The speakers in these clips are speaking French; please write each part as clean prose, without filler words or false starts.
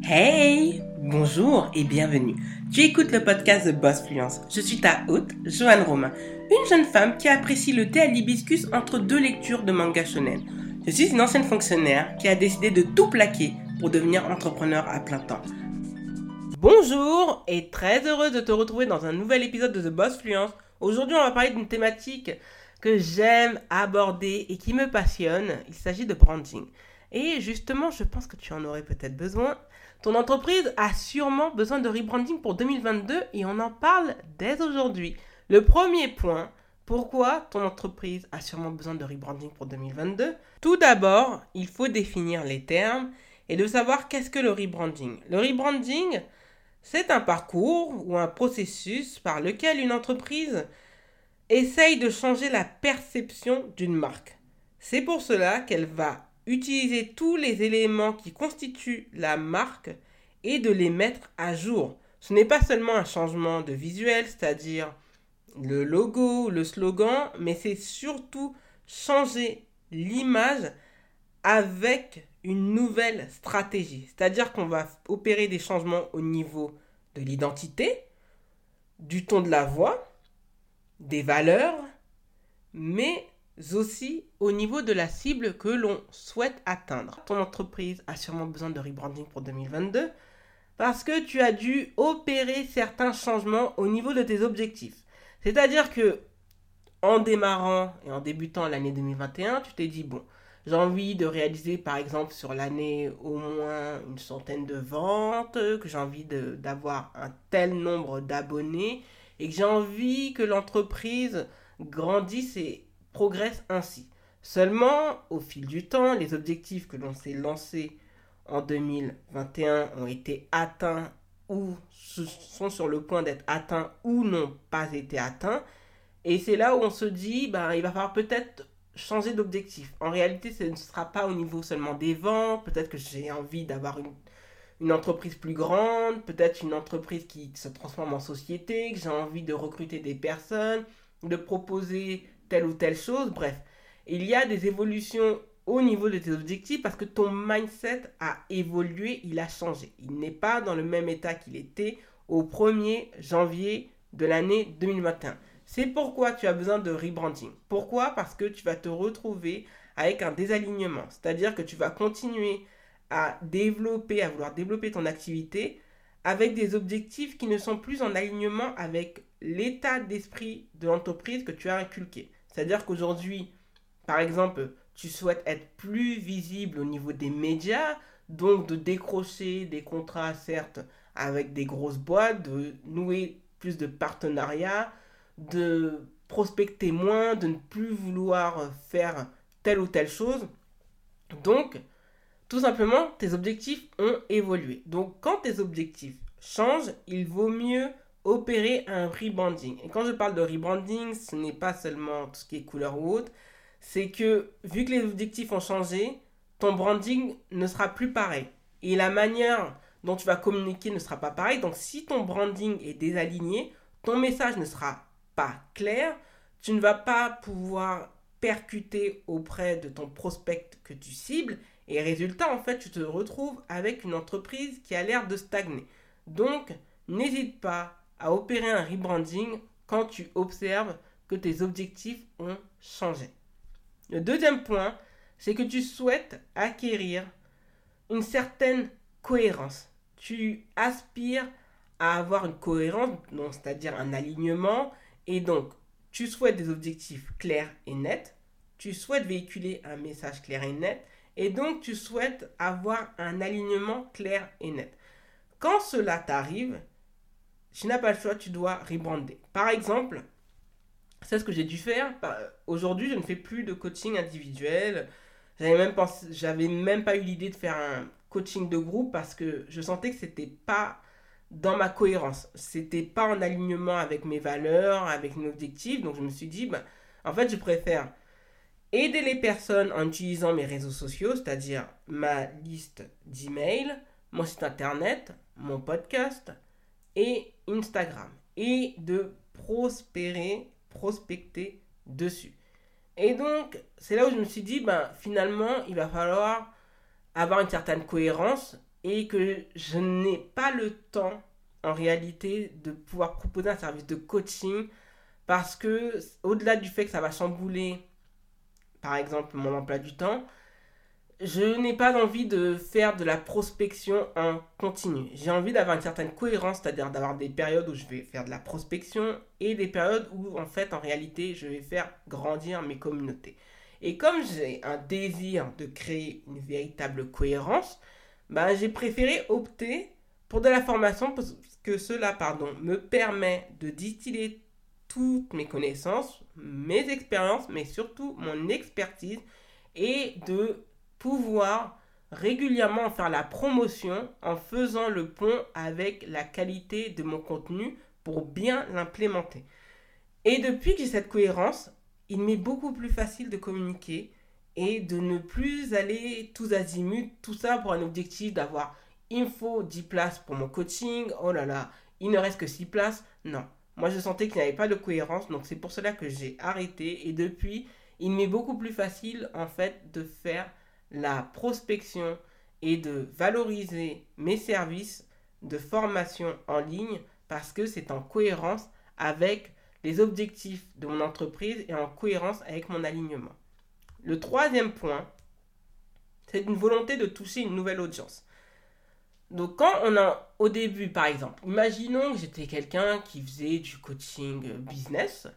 Hey, bonjour et bienvenue. Tu écoutes le podcast de Boss Fluence. Je suis ta hôte, Joanne Romain, une jeune femme qui apprécie le thé à l'hibiscus entre deux lectures de manga shonen. Je suis une ancienne fonctionnaire qui a décidé de tout plaquer pour devenir entrepreneur à plein temps. Bonjour et très heureuse de te retrouver dans un nouvel épisode de The Boss Fluence. Aujourd'hui, on va parler d'une thématique que j'aime aborder et qui me passionne. Il s'agit de branding. Et justement, je pense que tu en aurais peut-être besoin. Ton entreprise a sûrement besoin de rebranding pour 2022 et on en parle dès aujourd'hui. Le premier point, pourquoi ton entreprise a sûrement besoin de rebranding pour 2022 ? Tout d'abord, il faut définir les termes et de savoir qu'est-ce que le rebranding. Le rebranding, c'est un parcours ou un processus par lequel une entreprise essaye de changer la perception d'une marque. C'est pour cela qu'elle va utiliser tous les éléments qui constituent la marque et de les mettre à jour. Ce n'est pas seulement un changement de visuel, c'est-à-dire le logo, le slogan, mais c'est surtout changer l'image avec une nouvelle stratégie. C'est-à-dire qu'on va opérer des changements au niveau de l'identité, du ton de la voix, des valeurs, mais aussi au niveau de la cible que l'on souhaite atteindre. Ton entreprise a sûrement besoin de rebranding pour 2022 parce que tu as dû opérer certains changements au niveau de tes objectifs. C'est-à-dire que en démarrant et en débutant l'année 2021, tu t'es dit bon, j'ai envie de réaliser par exemple sur l'année au moins une centaine de ventes, que j'ai envie d'avoir un tel nombre d'abonnés et que j'ai envie que l'entreprise grandisse et progresse ainsi. Seulement, au fil du temps, les objectifs que l'on s'est lancés en 2021 ont été atteints ou sont sur le point d'être atteints ou n'ont pas été atteints. Et c'est là où on se dit, il va falloir peut-être changer d'objectif. En réalité, ce ne sera pas au niveau seulement des ventes. Peut-être que j'ai envie d'avoir une entreprise plus grande, peut-être une entreprise qui se transforme en société, que j'ai envie de recruter des personnes, de proposer telle ou telle chose, bref. Il y a des évolutions au niveau de tes objectifs parce que ton mindset a évolué, il a changé. Il n'est pas dans le même état qu'il était au 1er janvier de l'année 2021. C'est pourquoi tu as besoin de rebranding. Pourquoi ? Parce que tu vas te retrouver avec un désalignement. C'est-à-dire que tu vas continuer à vouloir développer ton activité avec des objectifs qui ne sont plus en alignement avec l'état d'esprit de l'entreprise que tu as inculqué. C'est-à-dire qu'aujourd'hui, par exemple, tu souhaites être plus visible au niveau des médias, donc de décrocher des contrats, certes, avec des grosses boîtes, de nouer plus de partenariats, de prospecter moins, de ne plus vouloir faire telle ou telle chose. Donc, tout simplement, tes objectifs ont évolué. Donc, quand tes objectifs changent, il vaut mieux opérer un rebranding. Et quand je parle de rebranding, ce n'est pas seulement tout ce qui est couleur ou autre, c'est que vu que les objectifs ont changé, ton branding ne sera plus pareil. Et la manière dont tu vas communiquer ne sera pas pareille. Donc, si ton branding est désaligné, ton message ne sera pas clair, tu ne vas pas pouvoir percuter auprès de ton prospect que tu cibles. Et résultat, en fait, tu te retrouves avec une entreprise qui a l'air de stagner. Donc, n'hésite pas à opérer un rebranding quand tu observes que tes objectifs ont changé. Le deuxième point, c'est que tu souhaites acquérir une certaine cohérence. Tu aspires à avoir une cohérence, donc, c'est-à-dire un alignement, et donc tu souhaites des objectifs clairs et nets, tu souhaites véhiculer un message clair et net, et donc tu souhaites avoir un alignement clair et net. Quand cela t'arrive, tu n'as pas le choix, tu dois rebrander. Par exemple, c'est ce que j'ai dû faire. Aujourd'hui, je ne fais plus de coaching individuel. J'avais même pas eu l'idée de faire un coaching de groupe parce que je sentais que c'était pas dans ma cohérence. C'était pas en alignement avec mes valeurs, avec mes objectifs. Donc je me suis dit, en fait, je préfère aider les personnes en utilisant mes réseaux sociaux, c'est-à-dire ma liste d'emails, mon site internet, mon podcast et Instagram. Et de prospecter dessus. Et donc, c'est là où je me suis dit, finalement, il va falloir avoir une certaine cohérence et que je n'ai pas le temps en réalité de pouvoir proposer un service de coaching parce que au-delà du fait que ça va chambouler par exemple mon emploi du temps, je n'ai pas envie de faire de la prospection en continu. J'ai envie d'avoir une certaine cohérence, c'est-à-dire d'avoir des périodes où je vais faire de la prospection et des périodes où, en fait, en réalité, je vais faire grandir mes communautés. Et comme j'ai un désir de créer une véritable cohérence, ben, j'ai préféré opter pour de la formation parce que cela, me permet de distiller toutes mes connaissances, mes expériences, mais surtout mon expertise et de pouvoir régulièrement faire la promotion en faisant le pont avec la qualité de mon contenu pour bien l'implémenter. Et depuis que j'ai cette cohérence, il m'est beaucoup plus facile de communiquer et de ne plus aller tous azimuts, tout ça pour un objectif d'avoir il me faut 10 places pour mon coaching, oh là là, il ne reste que 6 places. Non, moi je sentais qu'il n'y avait pas de cohérence, donc c'est pour cela que j'ai arrêté et depuis, il m'est beaucoup plus facile en fait de faire la prospection et de valoriser mes services de formation en ligne parce que c'est en cohérence avec les objectifs de mon entreprise et en cohérence avec mon alignement. Le troisième point, c'est une volonté de toucher une nouvelle audience. Donc quand on a au début par exemple, imaginons que j'étais quelqu'un qui faisait du coaching business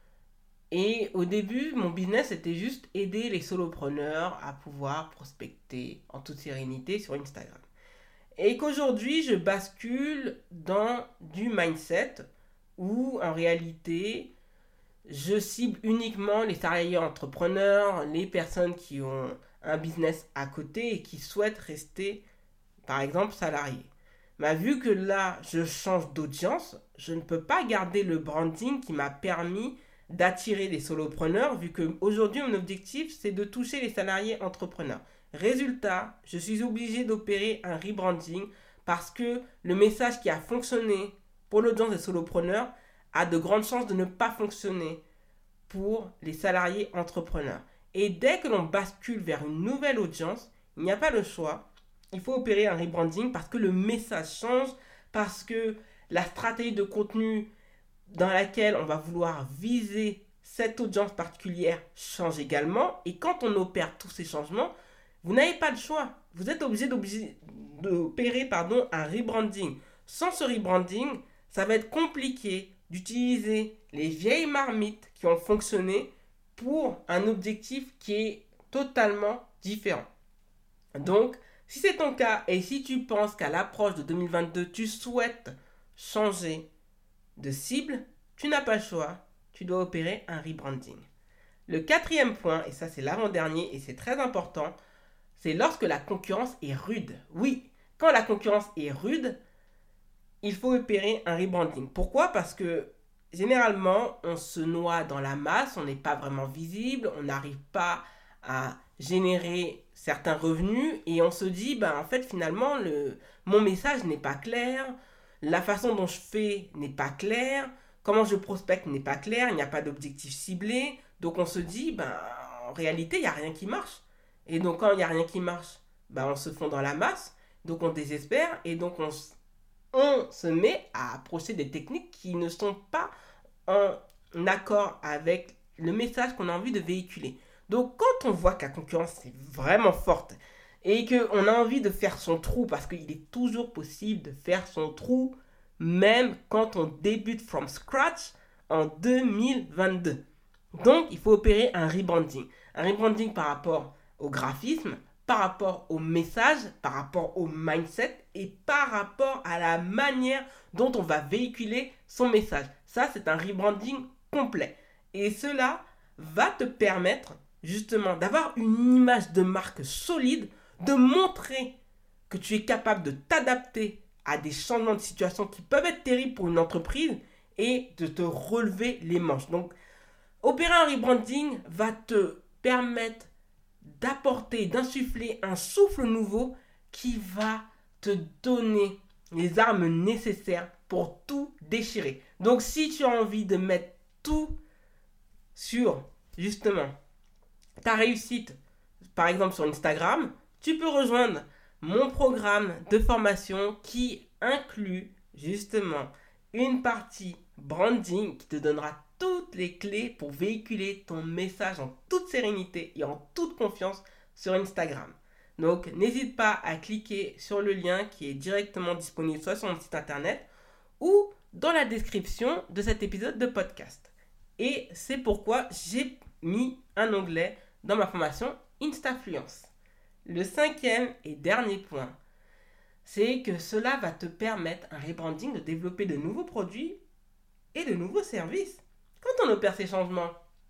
et au début, mon business était juste aider les solopreneurs à pouvoir prospecter en toute sérénité sur Instagram. Et qu'aujourd'hui, je bascule dans du mindset où, en réalité, je cible uniquement les salariés entrepreneurs, les personnes qui ont un business à côté et qui souhaitent rester, par exemple, salariés. Mais vu que là, je change d'audience, je ne peux pas garder le branding qui m'a permis d'attirer les solopreneurs, vu qu'aujourd'hui, mon objectif, c'est de toucher les salariés entrepreneurs. Résultat, je suis obligé d'opérer un rebranding parce que le message qui a fonctionné pour l'audience des solopreneurs a de grandes chances de ne pas fonctionner pour les salariés entrepreneurs. Et dès que l'on bascule vers une nouvelle audience, il n'y a pas le choix. Il faut opérer un rebranding parce que le message change, parce que la stratégie de contenu dans laquelle on va vouloir viser cette audience particulière change également. Et quand on opère tous ces changements, vous n'avez pas de choix. Vous êtes obligé d'opérer un rebranding. Sans ce rebranding, ça va être compliqué d'utiliser les vieilles marmites qui ont fonctionné pour un objectif qui est totalement différent. Donc, si c'est ton cas et si tu penses qu'à l'approche de 2022, tu souhaites changer de cible, tu n'as pas le choix, tu dois opérer un rebranding. Le quatrième point, et ça c'est l'avant-dernier et c'est très important, c'est lorsque la concurrence est rude. Oui, quand la concurrence est rude, il faut opérer un rebranding. Pourquoi ? Parce que généralement, on se noie dans la masse, on n'est pas vraiment visible, on n'arrive pas à générer certains revenus et on se dit, en fait, finalement, mon message n'est pas clair, la façon dont je fais n'est pas claire, comment je prospecte n'est pas clair, il n'y a pas d'objectif ciblé, donc on se dit, en réalité, il n'y a rien qui marche. Et donc, quand il n'y a rien qui marche, on se fond dans la masse, donc on désespère et donc on se met à approcher des techniques qui ne sont pas en accord avec le message qu'on a envie de véhiculer. Donc quand on voit que la concurrence est vraiment forte et qu'on a envie de faire son trou, parce qu'il est toujours possible de faire son trou même quand on débute from scratch en 2022. Donc il faut opérer un rebranding. Un rebranding par rapport au graphisme, par rapport au message, par rapport au mindset et par rapport à la manière dont on va véhiculer son message. Ça, c'est un rebranding complet. Et cela va te permettre justement d'avoir une image de marque solide, de montrer que tu es capable de t'adapter à des changements de situation qui peuvent être terribles pour une entreprise et de te relever les manches. Donc, opérer un rebranding va te permettre d'apporter, d'insuffler un souffle nouveau qui va te donner les armes nécessaires pour tout déchirer. Donc si tu as envie de mettre tout sur justement ta réussite, par exemple sur Instagram, tu peux rejoindre mon programme de formation qui inclut justement une partie branding qui te donnera toutes les clés pour véhiculer ton message en toute sérénité et en toute confiance sur Instagram. Donc n'hésite pas à cliquer sur le lien qui est directement disponible soit sur mon site internet ou dans la description de cet épisode de podcast. Et c'est pourquoi j'ai mis un onglet dans ma formation Instafluence. Le 5e et dernier point, c'est que cela va te permettre un rebranding de développer de nouveaux produits et de nouveaux services. Quand on opère ces changements,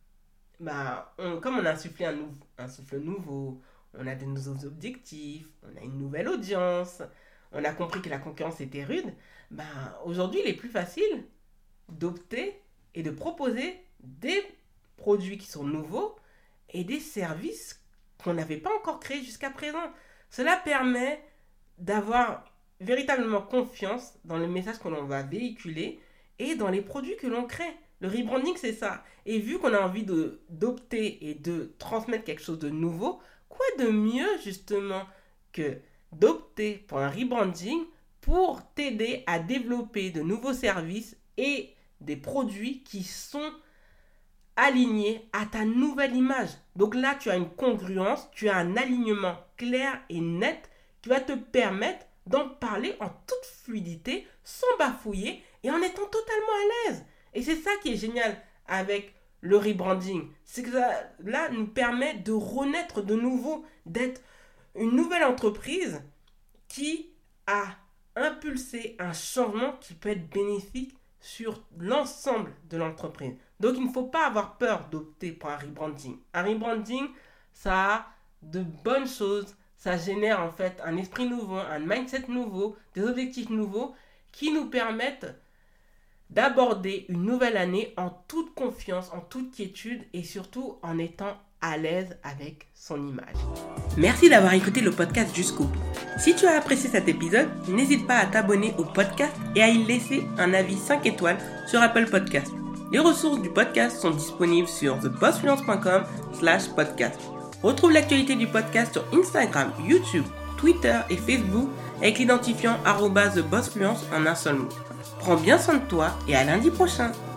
comme on a insufflé un souffle nouveau, on a de nouveaux objectifs, on a une nouvelle audience, on a compris que la concurrence était rude, aujourd'hui il est plus facile d'opter et de proposer des produits qui sont nouveaux et des services qu'on n'avait pas encore créés jusqu'à présent. Cela permet d'avoir véritablement confiance dans le message que l'on va véhiculer et dans les produits que l'on crée. Le rebranding, c'est ça. Et vu qu'on a envie d'opter et de transmettre quelque chose de nouveau, quoi de mieux justement que d'opter pour un rebranding pour t'aider à développer de nouveaux services et des produits qui sont alignés à ta nouvelle image. Donc là, tu as une congruence, tu as un alignement clair et net qui va te permettre d'en parler en toute fluidité, sans bafouiller et en étant totalement à l'aise. Et c'est ça qui est génial avec le rebranding. C'est que là nous permet de renaître de nouveau, d'être une nouvelle entreprise qui a impulsé un changement qui peut être bénéfique sur l'ensemble de l'entreprise. Donc il ne faut pas avoir peur d'opter pour un rebranding. Un rebranding, ça a de bonnes choses. Ça génère en fait un esprit nouveau, un mindset nouveau, des objectifs nouveaux qui nous permettent d'aborder une nouvelle année en toute confiance, en toute quiétude et surtout en étant à l'aise avec son image. Merci d'avoir écouté le podcast jusqu'au bout. Si tu as apprécié cet épisode, n'hésite pas à t'abonner au podcast et à y laisser un avis 5 étoiles sur Apple Podcast. Les ressources du podcast sont disponibles sur thebossfluence.com/podcast. Retrouve l'actualité du podcast sur Instagram, YouTube, Twitter et Facebook avec l'identifiant @thebossfluence en un seul mot. Prends bien soin de toi et à lundi prochain.